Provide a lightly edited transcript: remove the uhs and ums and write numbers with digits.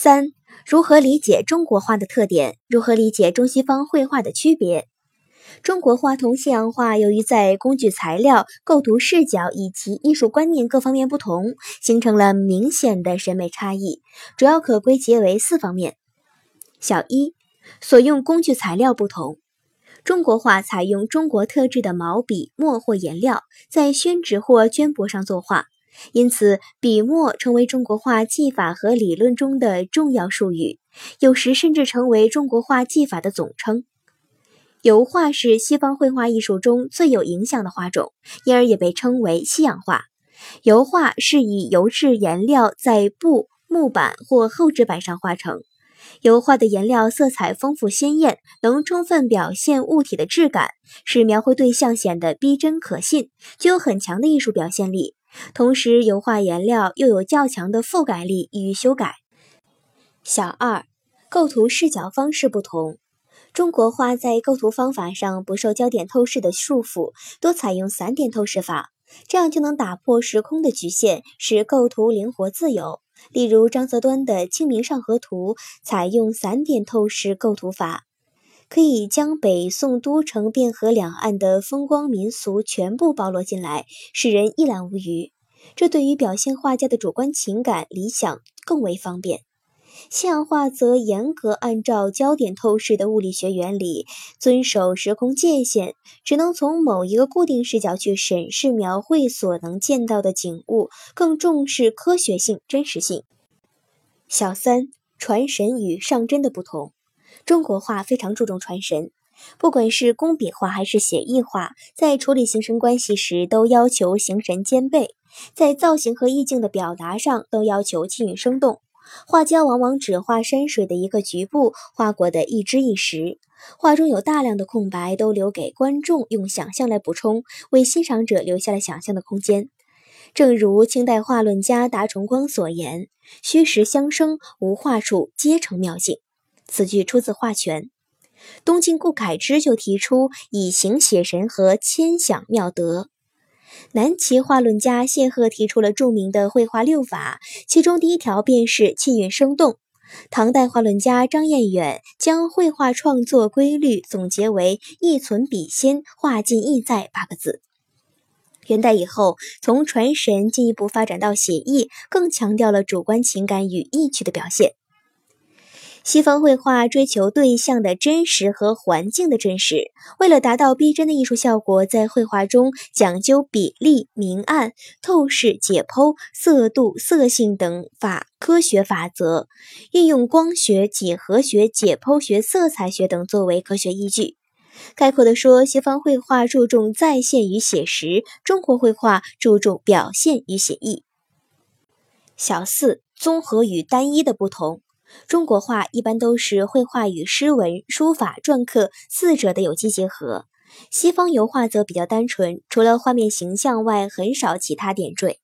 3. 如何理解中国画的特点？如何理解中西方绘画的区别？中国画同西洋画由于在工具材料、构图视角以及艺术观念各方面不同，形成了明显的审美差异，主要可归结为4方面。小一，所用工具材料不同。中国画采用中国特制的毛笔、墨或颜料，在宣纸或绢帛上作画，因此笔墨成为中国画技法和理论中的重要术语，有时甚至成为中国画技法的总称。油画是西方绘画艺术中最有影响的画种，因而也被称为西洋画。油画是以油质颜料在布、木板或厚纸板上画成。油画的颜料色彩丰富鲜艳，能充分表现物体的质感，使描绘对象显得逼真可信，具有很强的艺术表现力。同时，油画颜料又有较强的覆盖力与修改。小二，构图视角方式不同。中国画在构图方法上不受焦点透视的束缚，多采用散点透视法，这样就能打破时空的局限，使构图灵活自由。例如张择端的《清明上河图》采用散点透视构图法，可以将北宋都城汴河两岸的风光民俗全部包罗进来，使人一览无余。这对于表现画家的主观情感理想更为方便。西洋画则严格按照焦点透视的物理学原理，遵守时空界限，只能从某一个固定视角去审视描绘所能见到的景物，更重视科学性、真实性。小三，传神与上真的不同。中国画非常注重传神，不管是工笔画还是写意画，在处理形神关系时都要求形神兼备，在造型和意境的表达上都要求气韵生动。画家往往只画山水的一个局部，画过的一枝一实，画中有大量的空白都留给观众用想象来补充，为欣赏者留下了想象的空间。正如清代画论家达崇光所言，虚实相生，无画处皆成妙境。此句出自《画全》。东晋顾恺之就提出以形写神和千想妙德。南齐画论家谢赫提出了著名的绘画6法，其中第一条便是气韵生动。唐代画论家张彦远将绘画创作规律总结为意存笔先，画尽意在8个字。元代以后，从传神进一步发展到写意，更强调了主观情感与意趣的表现。西方绘画追求对象的真实和环境的真实，为了达到逼真的艺术效果，在绘画中讲究比例、明暗、透视、解剖、色度、色性等科学法则，运用光学、几何学、解剖学、色彩学等作为科学依据。概括地说，西方绘画注重再现与写实，中国绘画注重表现与写意。小四，综合与单一的不同。中国画一般都是绘画与诗文、书法、篆刻4者的有机结合，西方油画则比较单纯，除了画面形象外，很少其他点缀。